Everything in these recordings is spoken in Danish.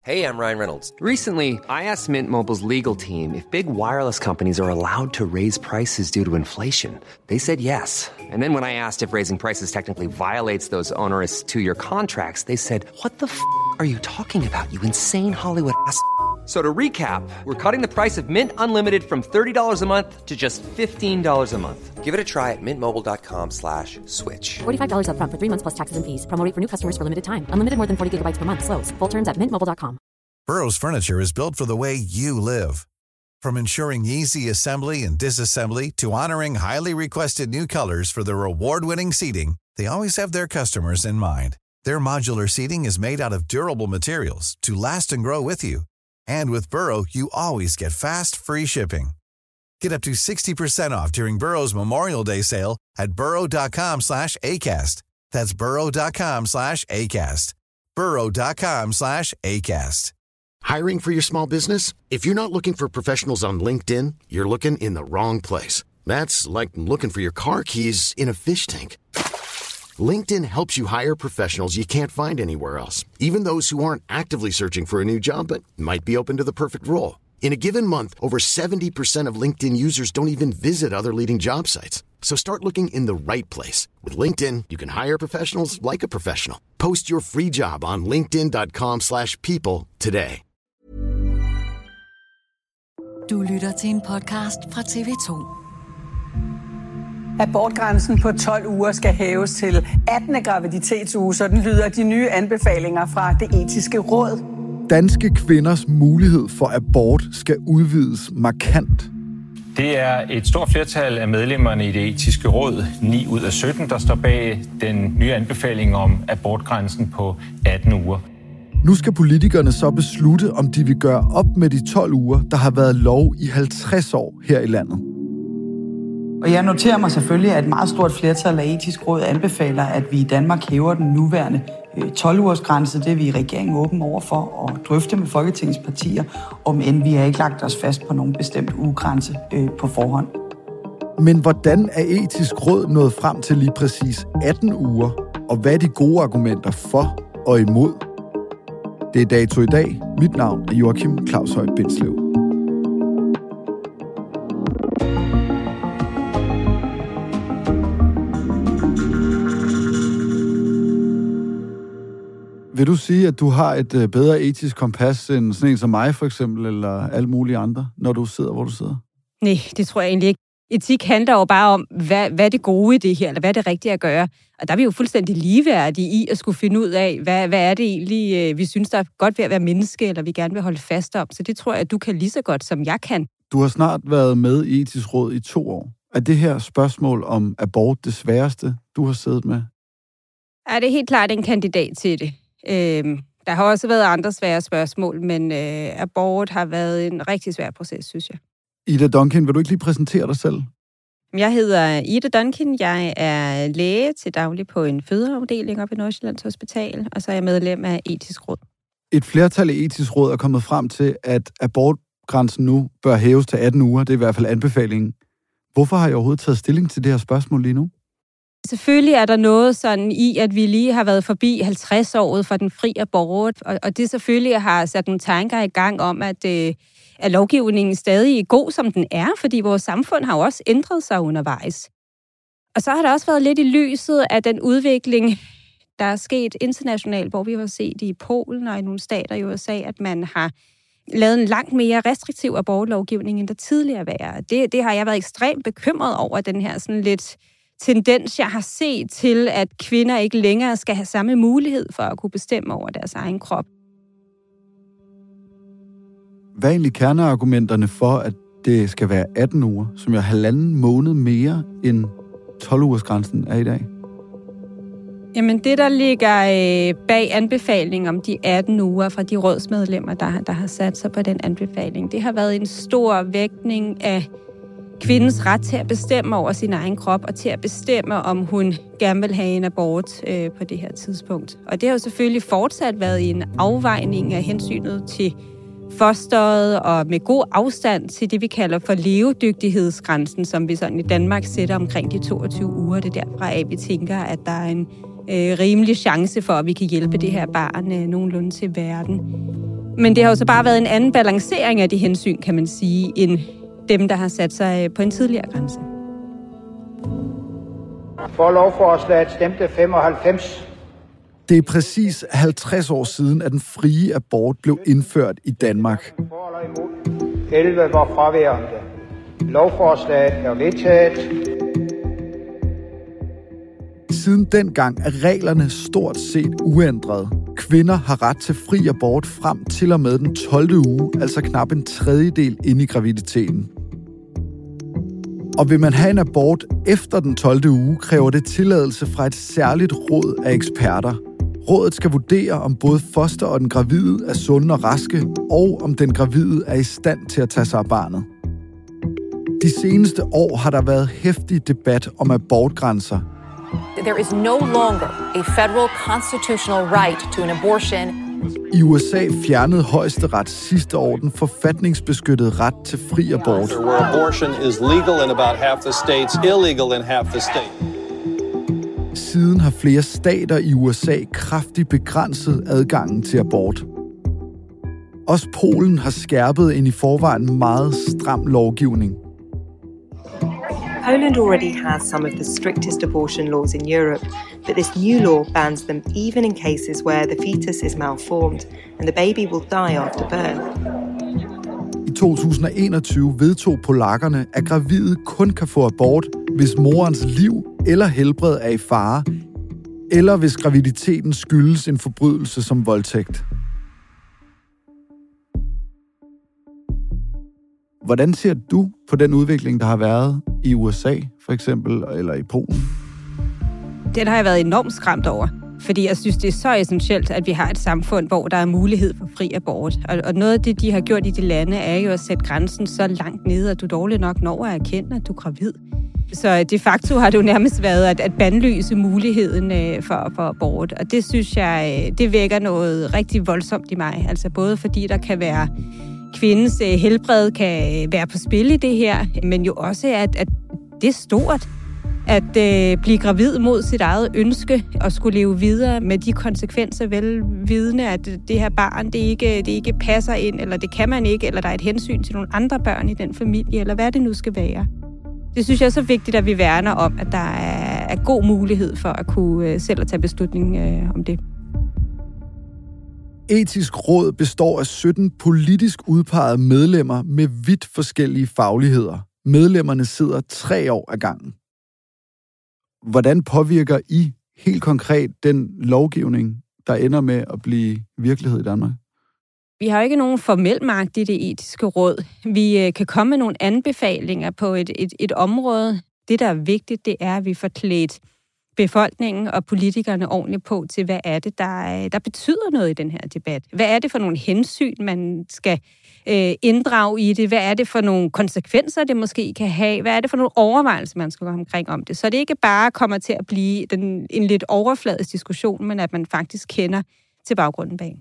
Hey, I'm Ryan Reynolds. Recently, I asked Mint Mobile's legal team if big wireless companies are allowed to raise prices due to inflation. They said yes. And then when I asked if raising prices technically violates those onerous two-year contracts, they said, "What the are you talking about, you insane Hollywood ass?" So to recap, we're cutting the price of Mint Unlimited from $30 a month to just $15 a month. Give it a try at mintmobile.com/switch. $45 up front for 3 months plus taxes and fees. Promo rate for new customers for limited time. Unlimited more than 40 gigabytes per month. Slows full terms at mintmobile.com. Burrow's furniture is built for the way you live. From ensuring easy assembly and disassembly to honoring highly requested new colors for their award-winning seating, they always have their customers in mind. Their modular seating is made out of durable materials to last and grow with you. And with Burrow, you always get fast, free shipping. Get up to 60% off during Burrow's Memorial Day sale at burrow.com/ACAST. That's burrow.com/ACAST. burrow.com/ACAST. Hiring for your small business? If you're not looking for professionals on LinkedIn, you're looking in the wrong place. That's like looking for your car keys in a fish tank. LinkedIn helps you hire professionals you can't find anywhere else, even those who aren't actively searching for a new job but might be open to the perfect role. In a given month, over 70% of LinkedIn users don't even visit other leading job sites. So start looking in the right place. With LinkedIn, you can hire professionals like a professional. Post your free job on linkedin.com/people today. Du lytter til en podcast fra TV2. Abortgrænsen på 12 uger skal hæves til 18. graviditetsuge, sådan lyder de nye anbefalinger fra Det Etiske Råd. Danske kvinders mulighed for abort skal udvides markant. Det er et stort flertal af medlemmerne i Det Etiske Råd, 9 ud af 17, der står bag den nye anbefaling om abortgrænsen på 18 uger. Nu skal politikerne så beslutte, om de vil gøre op med de 12 uger, der har været lov i 50 år her i landet. Og jeg noterer mig selvfølgelig, at et meget stort flertal af Etisk Råd anbefaler, at vi i Danmark hæver den nuværende 12-ugers grænse. Det er vi i regeringen åben over for at drøfte med Folketingets partier, om end vi har ikke lagt os fast på nogen bestemt ugegrænse på forhånd. Men hvordan er Etisk Råd nået frem til lige præcis 18 uger, og hvad er de gode argumenter for og imod? Det er Dato i dag. Mit navn er Joachim Claus Høj Bindslev. Vil du sige, at du har et bedre etisk kompas end sådan en som mig, for eksempel, eller alle mulige andre, når du sidder, hvor du sidder? Nej, det tror jeg egentlig ikke. Etik handler jo bare om, hvad er det gode i det her, eller hvad er det rigtige at gøre. Og der er vi jo fuldstændig ligeværdige i at skulle finde ud af, hvad er det egentlig, vi synes, der er godt ved at være menneske, eller vi gerne vil holde fast om. Så det tror jeg, at du kan lige så godt, som jeg kan. Du har snart været med i Etisk Råd i 2 år. Er det her spørgsmål om abort det sværeste, du har siddet med? Ja, det er helt klart en kandidat til det. Der har også været andre svære spørgsmål, men abort har været en rigtig svær proces, synes jeg. Ida Duncan, vil du ikke lige præsentere dig selv? Jeg hedder Ida Duncan. Jeg er læge til daglig på en fødeafdeling oppe i Nordsjællands Hospital, og så er jeg medlem af Etisk Råd. Et flertal i Etisk Råd er kommet frem til, at abortgrænsen nu bør hæves til 18 uger. Det er i hvert fald anbefalingen. Hvorfor har I overhovedet taget stilling til det her spørgsmål lige nu? Selvfølgelig er der noget sådan i, at vi lige har været forbi 50-året for den fri abort, og det selvfølgelig har sat nogle tanker i gang om, at lovgivningen stadig er god, som den er, fordi vores samfund har jo også ændret sig undervejs. Og så har der også været lidt i lyset af den udvikling, der er sket internationalt, hvor vi har set i Polen og i nogle stater i USA, at man har lavet en langt mere restriktiv abortlovgivning, end der tidligere var. Det har jeg været ekstremt bekymret over, den her sådan lidt tendens, jeg har set til, at kvinder ikke længere skal have samme mulighed for at kunne bestemme over deres egen krop. Hvad er egentlig kerneargumenterne for, at det skal være 18 uger, som er 1,5 måned mere end 12-ugersgrænsen er i dag? Jamen det, der ligger bag anbefalingen om de 18 uger fra de rådsmedlemmer, der har sat sig på den anbefaling, det har været en stor vægtning af kvindens ret til at bestemme over sin egen krop, og til at bestemme, om hun gerne vil have en abort på det her tidspunkt. Og det har jo selvfølgelig fortsat været en afvejning af hensynet til fosteret, og med god afstand til det, vi kalder for levedygtighedsgrænsen, som vi sådan i Danmark sætter omkring de 22 uger. Det er derfra af, vi tænker, at der er en rimelig chance for, at vi kan hjælpe det her barn nogenlunde til verden. Men det har jo så bare været en anden balancering af de hensyn, kan man sige, end dem, der har sat sig på en tidligere grænse. For lovforslaget stemte 95. Det er præcis 50 år siden, at den frie abort blev indført i Danmark. 11 var fraværende. Lovforslaget er vedtaget. Siden dengang er reglerne stort set uændrede. Kvinder har ret til fri abort frem til og med den 12. uge, altså knap en tredjedel inde i graviditeten. Og vil man have en abort efter den 12. uge, kræver det tilladelse fra et særligt råd af eksperter. Rådet skal vurdere, om både foster og den gravide er sunde og raske, og om den gravide er i stand til at tage sig af barnet. De seneste år har der været heftig debat om abortgrænser. There is no longer a federal constitutional right to an abortion. I USA fjernede Højesteret sidste år den forfatningsbeskyttede ret til fri abort. Where abortion is legal in about half the states, illegal in half the states. Siden har flere stater i USA kraftigt begrænset adgangen til abort. Også Polen har skærpet en i forvejen meget stram lovgivning. Poland already has some of the strictest abortion laws in Europe, but this new law bans them even in cases where the fetus is malformed and the baby will die after birth. I 2021 vedtog polakkerne, at gravide kun kan få abort, hvis morens liv eller helbred er i fare, eller hvis graviditeten skyldes en forbrydelse som voldtægt. Hvordan ser du på den udvikling, der har været i USA, for eksempel, eller i Polen? Den har jeg været enormt skræmt over, fordi jeg synes, det er så essentielt, at vi har et samfund, hvor der er mulighed for fri abort. Og noget af det, de har gjort i de lande, er jo at sætte grænsen så langt ned, at du dårligt nok når at erkende, at du er gravid. Så de facto har det jo nærmest været at bandlyse muligheden for abort. Og det synes jeg, det vækker noget rigtig voldsomt i mig. Altså både fordi der kan være kvindens helbred kan være på spil i det her, men jo også, at det er stort at blive gravid mod sit eget ønske og skulle leve videre med de konsekvenser, velvidende, at det her barn, det ikke passer ind, eller det kan man ikke, eller der er et hensyn til nogle andre børn i den familie, eller hvad det nu skal være. Det synes jeg er så vigtigt, at vi værner om, at der er god mulighed for at kunne selv at tage beslutning om det. Etisk Råd består af 17 politisk udpegede medlemmer med vidt forskellige fagligheder. Medlemmerne sidder 3 år ad gangen. Hvordan påvirker I helt konkret den lovgivning, der ender med at blive virkelighed i Danmark? Vi har jo ikke nogen formel magt i det etiske råd. Vi kan komme med nogle anbefalinger på et område. Det, der er vigtigt, det er, at vi får klædt befolkningen og politikerne ordentligt på til, hvad er det, der betyder noget i den her debat. Hvad er det for nogle hensyn, man skal inddrage i det? Hvad er det for nogle konsekvenser, det måske kan have? Hvad er det for nogle overvejelser, man skal gå omkring om det? Så det ikke bare kommer til at blive en lidt overfladisk diskussion, men at man faktisk kender til baggrunden bag.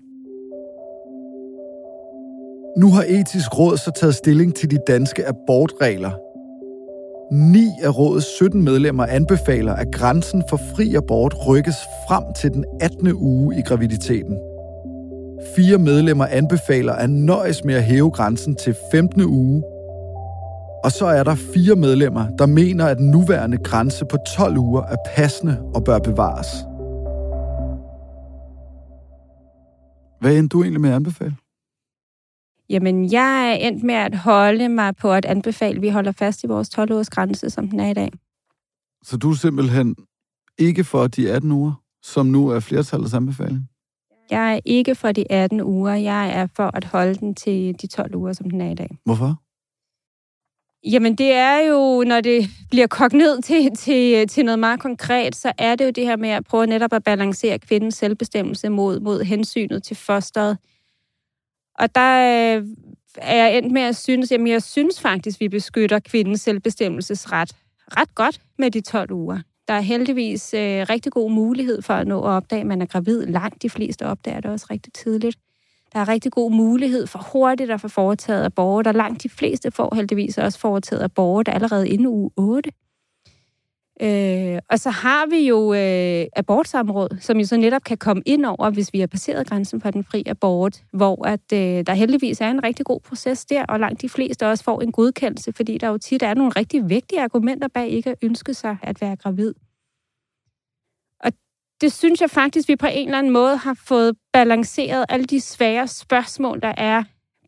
Nu har Etisk Råd så taget stilling til de danske abortregler. 9 af rådets 17 medlemmer anbefaler, at grænsen for fri abort rykkes frem til den 18. uge i graviditeten. 4 medlemmer anbefaler at nøjes med at hæve grænsen til 15. uge. Og så er der 4 medlemmer, der mener, at den nuværende grænse på 12 uger er passende og bør bevares. Hvad endte du egentlig med at anbefale? Jamen, jeg er endt med at holde mig på at anbefale, at vi holder fast i vores 12-ugers grænse, som den er i dag. Så du er simpelthen ikke for de 18 uger, som nu er flertallets anbefaling? Jeg er ikke for de 18 uger. Jeg er for at holde den til de 12 uger, som den er i dag. Hvorfor? Jamen, det er jo, når det bliver kogt ned til noget meget konkret, så er det jo det her med at prøve netop at balancere kvindens selvbestemmelse mod hensynet til fosteret. Og der er jeg endt med at synes, jeg synes faktisk, vi beskytter kvindens selvbestemmelsesret ret godt med de 12 uger. Der er heldigvis rigtig god mulighed for at nå at opdage, at man er gravid. Langt de fleste opdager det også rigtig tidligt. Der er rigtig god mulighed for hurtigt at få foretaget abort, og langt de fleste får heldigvis også foretaget abort allerede inden uge 8. Og så har vi jo abortsamråd, som jo så netop kan komme ind over, hvis vi har passeret grænsen for den fri abort, hvor at, der heldigvis er en rigtig god proces der, og langt de fleste også får en godkendelse, fordi der jo tit er nogle rigtig vigtige argumenter bag ikke at ønske sig at være gravid. Og det synes jeg faktisk, vi på en eller anden måde har fået balanceret alle de svære spørgsmål, der er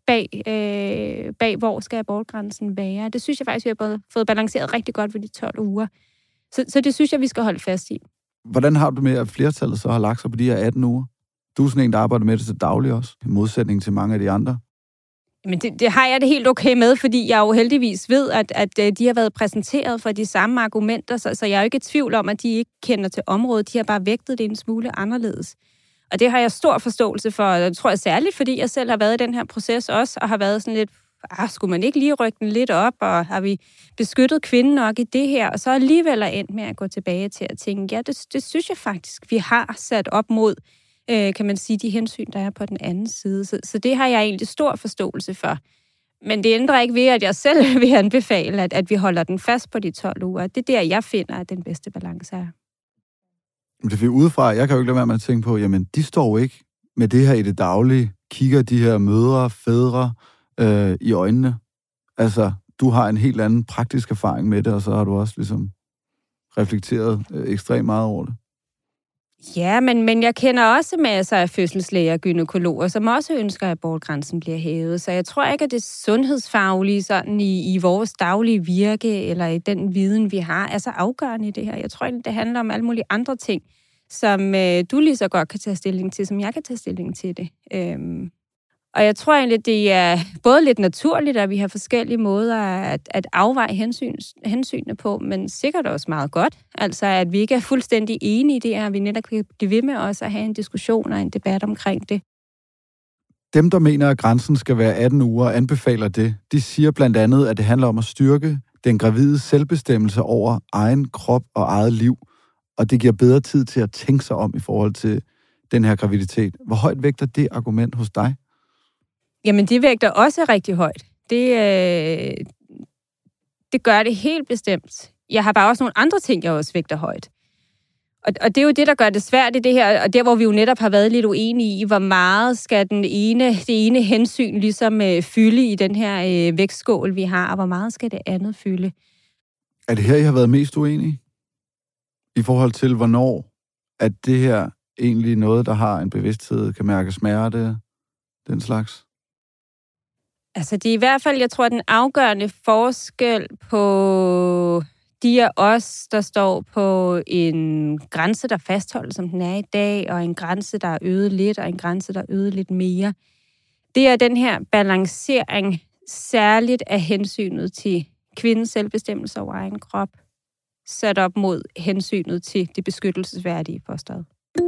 bag hvor skal abortgrænsen være. Det synes jeg faktisk, vi har fået balanceret rigtig godt ved de 12 uger. Så det synes jeg, vi skal holde fast i. Hvordan har du med, at flertallet så har lagt sig på de her 18 uger? Du er sådan en, der arbejder med det til daglig også, i modsætning til mange af de andre. Men det har jeg det helt okay med, fordi jeg jo heldigvis ved, at de har været præsenteret for de samme argumenter, så jeg er jo ikke i tvivl om, at de ikke kender til området. De har bare vægtet det en smule anderledes. Og det har jeg stor forståelse for, og det tror jeg særligt, fordi jeg selv har været i den her proces også, og har været sådan lidt, skulle man ikke lige rykke den lidt op, og har vi beskyttet kvinden nok i det her, og så alligevel er endt med at gå tilbage til at tænke, ja, det synes jeg faktisk, vi har sat op mod, kan man sige, de hensyn, der er på den anden side. Så det har jeg egentlig stor forståelse for. Men det ændrer ikke ved, at jeg selv vil anbefale, at vi holder den fast på de 12 uger. Det er der, jeg finder, at den bedste balance er. Det er udefra, jeg kan jo ikke lade være med at tænke på, jamen, de står jo ikke med det her i det daglige, kigger de her mødre, fædre i øjnene. Altså, du har en helt anden praktisk erfaring med det, og så har du også ligesom reflekteret ekstremt meget over det. Ja, men jeg kender også masser af fødselslæger og gynækologer, som også ønsker, at abortgrænsen bliver hævet. Så jeg tror ikke, at det sundhedsfaglige sådan i vores daglige virke, eller i den viden, vi har, er så afgørende i det her. Jeg tror ikke, det handler om alle mulige andre ting, som du lige så godt kan tage stilling til, som jeg kan tage stilling til det. Og jeg tror egentlig, det er både lidt naturligt, at vi har forskellige måder at afveje hensynene på, men sikkert også meget godt. Altså, at vi ikke er fuldstændig enige i det, og vi netop kan blive ved med også at have en diskussion og en debat omkring det. Dem, der mener, at grænsen skal være 18 uger, anbefaler det. De siger blandt andet, at det handler om at styrke den gravide selvbestemmelse over egen krop og eget liv, og det giver bedre tid til at tænke sig om i forhold til den her graviditet. Hvor højt vægter det argument hos dig? Jamen, det vægter også rigtig højt. Det gør det helt bestemt. Jeg har bare også nogle andre ting, jeg også vægter højt. Og det er jo det, der gør det svært i det her, og der, hvor vi jo netop har været lidt uenige i, hvor meget skal det ene hensyn ligesom fylde i den her vægtskål, vi har, og hvor meget skal det andet fylde. Er det her, I har været mest uenige? I forhold til, hvornår at det her egentlig noget, der har en bevidsthed, kan mærke smerte, den slags? Altså, det er i hvert fald, jeg tror, den afgørende forskel på de af os, der står på en grænse, der fastholdes, som den er i dag, og en grænse, der er øget lidt, og en grænse, der er øget lidt mere. Det er den her balancering, særligt af hensynet til kvindens selvbestemmelse over egen krop, sat op mod hensynet til det beskyttelsesværdige fosteret.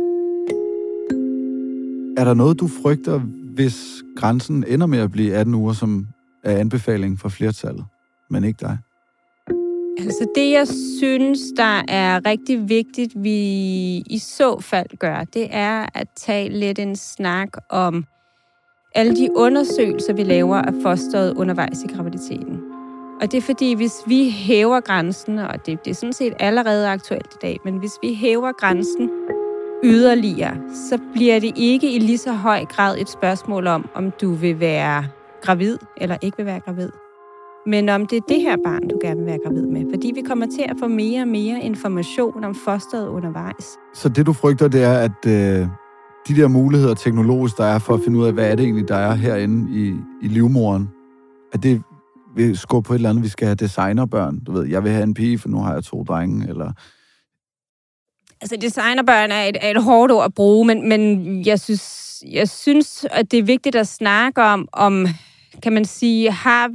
Er der noget, du frygter, hvis grænsen ender med at blive 18 uger, som er anbefaling for flertallet, men ikke dig? Altså det, jeg synes, der er rigtig vigtigt, vi i så fald gør, det er at tage lidt en snak om alle de undersøgelser, vi laver af fosteret undervejs i graviditeten. Og det er fordi, hvis vi hæver grænsen, og det er sådan set allerede aktuelt i dag, men hvis vi hæver grænsen yderligere, så bliver det ikke i lige så høj grad et spørgsmål om du vil være gravid eller ikke vil være gravid. Men om det er det her barn, du gerne vil være gravid med. Fordi vi kommer til at få mere og mere information om fosteret undervejs. Så det, du frygter, det er, at de der muligheder teknologisk, der er for at finde ud af, hvad er det egentlig, der er herinde i livmoderen, at det vil skubbe på et eller andet, vi skal have designerbørn. Du ved, jeg vil have en pige, for nu har jeg 2 drenge, eller... Altså, designerbørn er et hårdt ord at bruge, men jeg synes, at det er vigtigt at snakke om, kan man sige,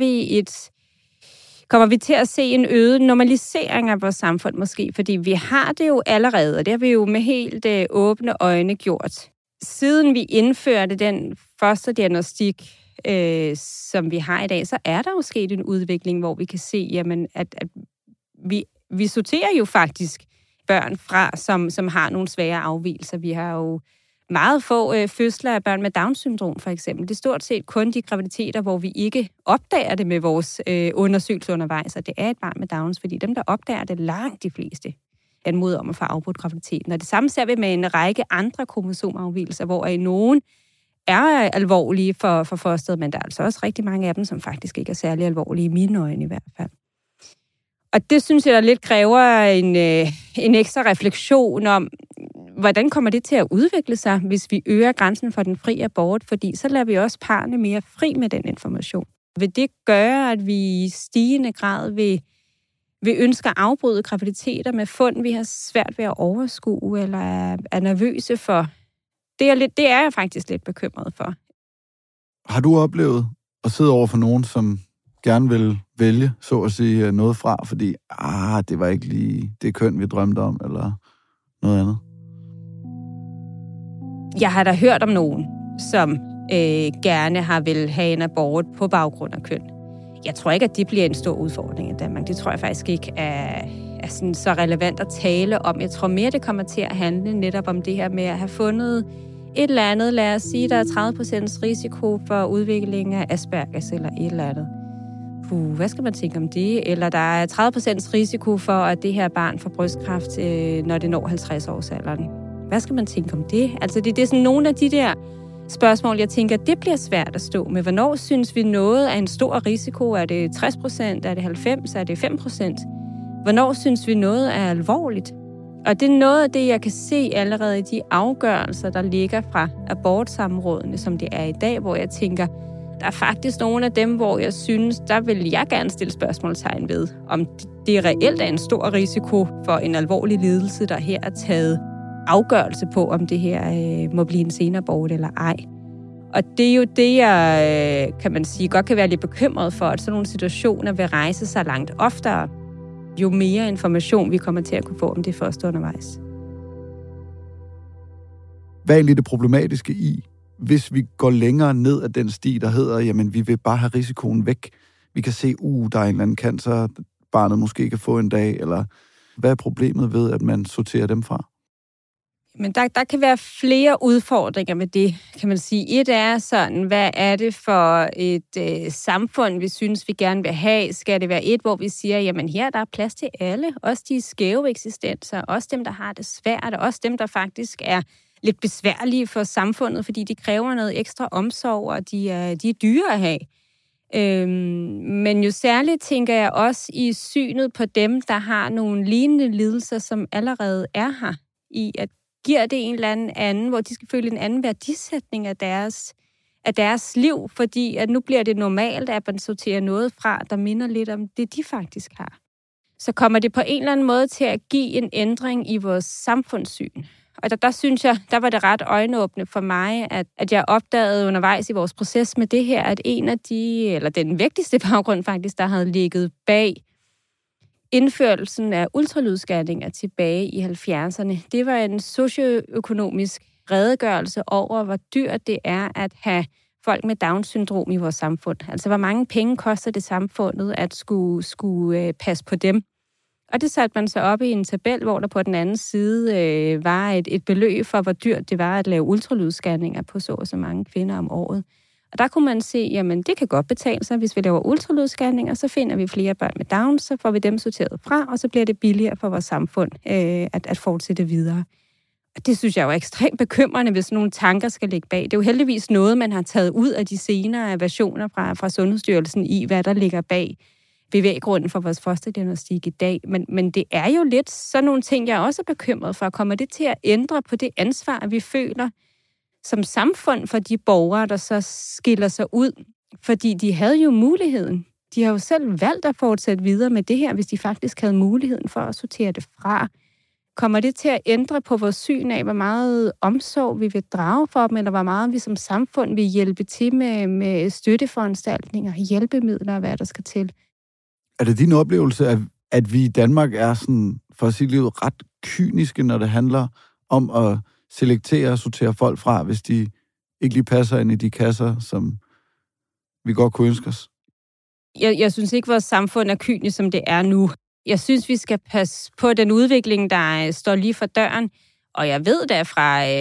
kommer vi til at se en øget normalisering af vores samfund måske? Fordi vi har det jo allerede, og det har vi jo med helt åbne øjne gjort. Siden vi indførte den fosterdiagnostik, som vi har i dag, så er der jo sket en udvikling, hvor vi kan se, jamen, at vi sorterer jo faktisk børn fra, som har nogle svære afvigelser. Vi har jo meget få fødsler af børn med Down-syndrom, for eksempel. Det er stort set kun de graviditeter, hvor vi ikke opdager det med vores undersøgelse undervejs, og det er et barn med Downs, fordi dem, der opdager det, langt de fleste anmoder om at få afbrudt graviditeten. Og det samme ser vi med en række andre kromosomafvigelser, hvor nogen er alvorlige for fosteret, men der er altså også rigtig mange af dem, som faktisk ikke er særlig alvorlige, i mine øjne i hvert fald. Og det synes jeg, der lidt kræver en ekstra refleksion om, hvordan kommer det til at udvikle sig, hvis vi øger grænsen for den fri abort, fordi så lader vi også parrene mere fri med den information. Vil det gøre, at vi i stigende grad vil ønske at afbryde graviditeter med fund, vi har svært ved at overskue, eller er nervøse for? Det er jeg faktisk lidt bekymret for. Har du oplevet at sidde over for nogen, som gerne vil vælge, så at sige, noget fra, fordi det var ikke lige det køn, vi drømte om, eller noget andet? Jeg har da hørt om nogen, som gerne har vil have en abort på baggrund af køn. Jeg tror ikke, at det bliver en stor udfordring i Danmark. Det tror jeg faktisk ikke er sådan så relevant at tale om. Jeg tror mere, det kommer til at handle netop om det her med at have fundet et eller andet. Lad os sige, der er 30% risiko for udvikling af Aspergers eller et eller andet. Hvad skal man tænke om det? Eller der er 30% risiko for, at det her barn får brystkræft, når det når 50-årsalderen. Hvad skal man tænke om det? Altså det er sådan nogle af de der spørgsmål, jeg tænker, det bliver svært at stå med. Hvornår synes vi noget er en stor risiko? Er det 60%? Er det 90%? Er det 5%? Hvornår synes vi noget er alvorligt? Og det er noget af det, jeg kan se allerede i de afgørelser, der ligger fra abortsamrådene, som det er i dag, hvor jeg tænker, der er faktisk nogle af dem, hvor jeg synes, der vil jeg gerne stille spørgsmålstegn ved, om det reelt er en stor risiko for en alvorlig lidelse, der her er taget afgørelse på, om det her må blive en senabort eller ej. Og det er jo det, jeg kan man sige, godt kan være lidt bekymret for, at sådan nogle situationer vil rejse sig langt oftere, jo mere information vi kommer til at kunne få om det første undervejs. Hvad er egentlig det problematiske i, hvis vi går længere ned ad den sti, der hedder, jamen vi vil bare have risikoen væk. Vi kan se, der er en eller anden cancer, barnet måske kan få en dag, eller hvad er problemet ved, at man sorterer dem fra? Men der kan være flere udfordringer med det, kan man sige. Et er sådan, hvad er det for et samfund, vi synes, vi gerne vil have? Skal det være et, hvor vi siger, jamen her der er plads til alle, også de skæve eksistenser, også dem, der har det svært, og også dem, der faktisk er lidt besværlige for samfundet, fordi de kræver noget ekstra omsorg, og de er dyre at have. Men jo særligt tænker jeg også i synet på dem, der har nogle lignende lidelser, som allerede er her, i at giver det en eller anden, hvor de skal føle en anden værdisætning af deres liv, fordi at nu bliver det normalt, at man sorterer noget fra, der minder lidt om det, de faktisk har. Så kommer det på en eller anden måde til at give en ændring i vores samfundssyn. Og der synes jeg, der var det ret øjenåbne for mig, at jeg opdagede undervejs i vores proces med det her, at en af den vigtigste baggrund faktisk, der havde ligget bag indførelsen af ultralydsscanninger tilbage i 70'erne, det var en socioøkonomisk redegørelse over, hvor dyrt det er at have folk med Down-syndrom i vores samfund. Altså, hvor mange penge koster det samfundet at skulle passe på dem. Og det satte man så op i en tabel, hvor der på den anden side var et beløb for, hvor dyrt det var at lave ultralydsscanninger på så og så mange kvinder om året. Og der kunne man se, jamen det kan godt betale sig, hvis vi laver ultralydsscanninger, så finder vi flere børn med Down, så får vi dem sorteret fra, og så bliver det billigere for vores samfund at fortsætte videre. Og det synes jeg jo er ekstremt bekymrende, hvis nogle tanker skal ligge bag. Det er jo heldigvis noget, man har taget ud af de senere versioner fra Sundhedsstyrelsen i, hvad der ligger bag bevæggrunden for vores fosterdiagnostik i dag. Men det er jo lidt sådan nogle ting, jeg også er bekymret for. Kommer det til at ændre på det ansvar, vi føler som samfund for de borgere, der så skiller sig ud? Fordi de havde jo muligheden. De har jo selv valgt at fortsætte videre med det her, hvis de faktisk havde muligheden for at sortere det fra. Kommer det til at ændre på vores syn af, hvor meget omsorg vi vil drage for dem, eller hvor meget vi som samfund vil hjælpe til med støtteforanstaltninger, hjælpemidler og hvad der skal til? Er det din oplevelse, at vi i Danmark er sådan, for at sige livet, ret kyniske, når det handler om at selektere og sortere folk fra, hvis de ikke lige passer ind i de kasser, som vi godt kunne ønske os? Jeg synes ikke, vores samfund er kynisk, som det er nu. Jeg synes, vi skal passe på den udvikling, der står lige for døren. Og jeg ved da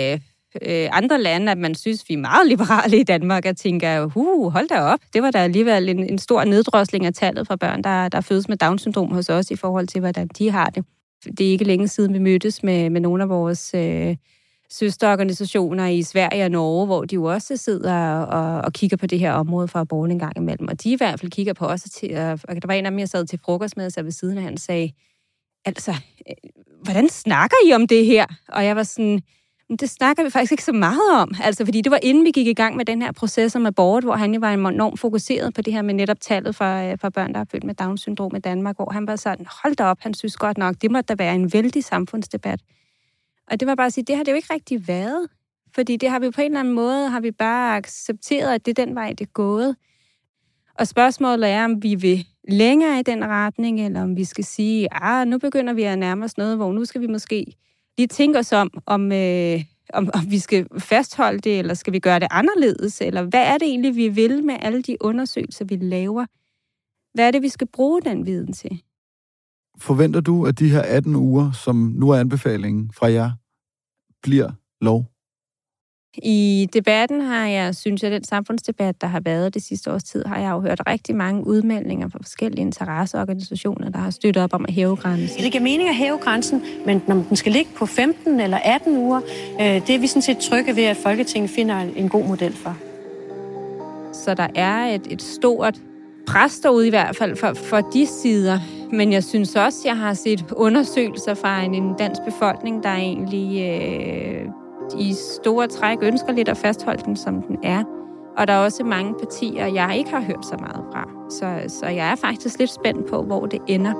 andre lande, at man synes, vi er meget liberale i Danmark, og tænker, hold da op, det var da alligevel en stor neddrosling af tallet for børn, der fødes med Down-syndrom hos os, i forhold til, hvordan de har det. Det er ikke længe siden, vi mødtes med nogle af vores søsterorganisationer i Sverige og Norge, hvor de jo også sidder og kigger på det her område for abort en gang imellem. Og de i hvert fald kigger på os, og der var en af dem, jeg sad til frokost med, så ved siden af, han sagde, altså, hvordan snakker I om det her? Og jeg var sådan, det snakker vi faktisk ikke så meget om. Altså, fordi det var inden vi gik i gang med den her proces om abort, hvor han jo var enormt fokuseret på det her med netop tallet for børn, der er født med Down-syndrom i Danmark, hvor han var sådan, hold da op, han synes godt nok, det må da være en vældig samfundsdebat. Og det var bare at sige, det har det jo ikke rigtig været. Fordi det har vi på en eller anden måde, har vi bare accepteret, at det er den vej, det er gået. Og spørgsmålet er, om vi vil længere i den retning, eller om vi skal sige, nu begynder vi at nærme os noget, hvor nu skal vi måske lige tænke os om vi skal fastholde det, eller skal vi gøre det anderledes, eller hvad er det egentlig, vi vil med alle de undersøgelser, vi laver? Hvad er det, vi skal bruge den viden til? Forventer du, at de her 18 uger, som nu er anbefalingen fra jer, bliver lov? I debatten synes jeg, den samfundsdebat, der har været det sidste års tid, har jeg jo hørt rigtig mange udmeldinger fra forskellige interesseorganisationer, der har støttet op om at hæve grænsen. Det giver mening at hæve grænsen, men når den skal ligge på 15 eller 18 uger, det er vi sådan set trygge ved, at Folketinget finder en god model for. Så der er et stort pres derude i hvert fald for de sider. Men jeg synes også, jeg har set undersøgelser fra en dansk befolkning, der egentlig i store træk ønsker lidt at fastholde den, som den er. Og der er også mange partier, jeg ikke har hørt så meget fra. Så jeg er faktisk lidt spændt på, hvor det ender.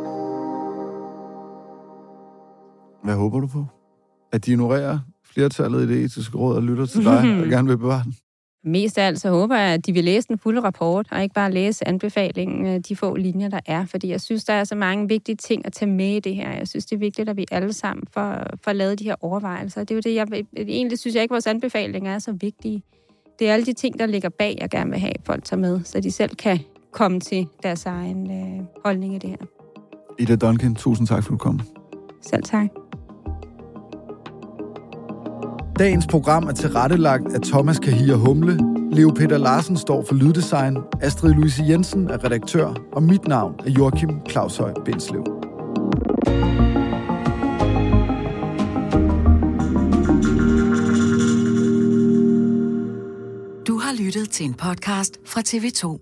Hvad håber du på? At de ignorerer flertallet i det etiske råd og lytter til dig og gerne vil bevare den? Mest af alt så håber jeg, at de vil læse den fulde rapport, og ikke bare læse anbefalingen, de få linjer, der er. Fordi jeg synes, der er så mange vigtige ting at tage med i det her. Jeg synes, det er vigtigt, at vi alle sammen får lavet de her overvejelser. Det er jo det, egentlig synes jeg ikke, vores anbefalinger er så vigtige. Det er alle de ting, der ligger bag, jeg gerne vil have, folk tager med, så de selv kan komme til deres egen holdning i det her. Ida Duncan, tusind tak, for at du kom. Selv tak. Dagens program er tilrettelagt af Thomas Kahir Humle. Leo Peter Larsen står for lyddesign. Astrid Louise Jensen er redaktør. Og mit navn er Joachim Claushøj Bindslev. Du har lyttet til en podcast fra TV2.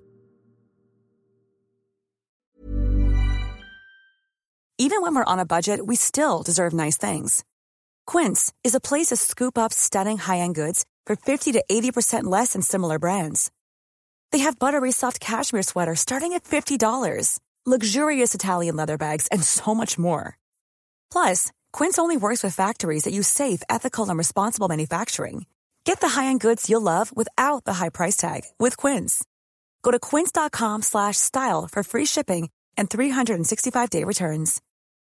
Even when we're on a budget, we still deserve nice things. Quince is a place to scoop up stunning high-end goods for 50 to 80% less than similar brands. They have buttery soft cashmere sweaters starting at $50, luxurious Italian leather bags, and so much more. Plus, Quince only works with factories that use safe, ethical, and responsible manufacturing. Get the high-end goods you'll love without the high price tag with Quince. Go to quince.com/style for free shipping and 365-day returns.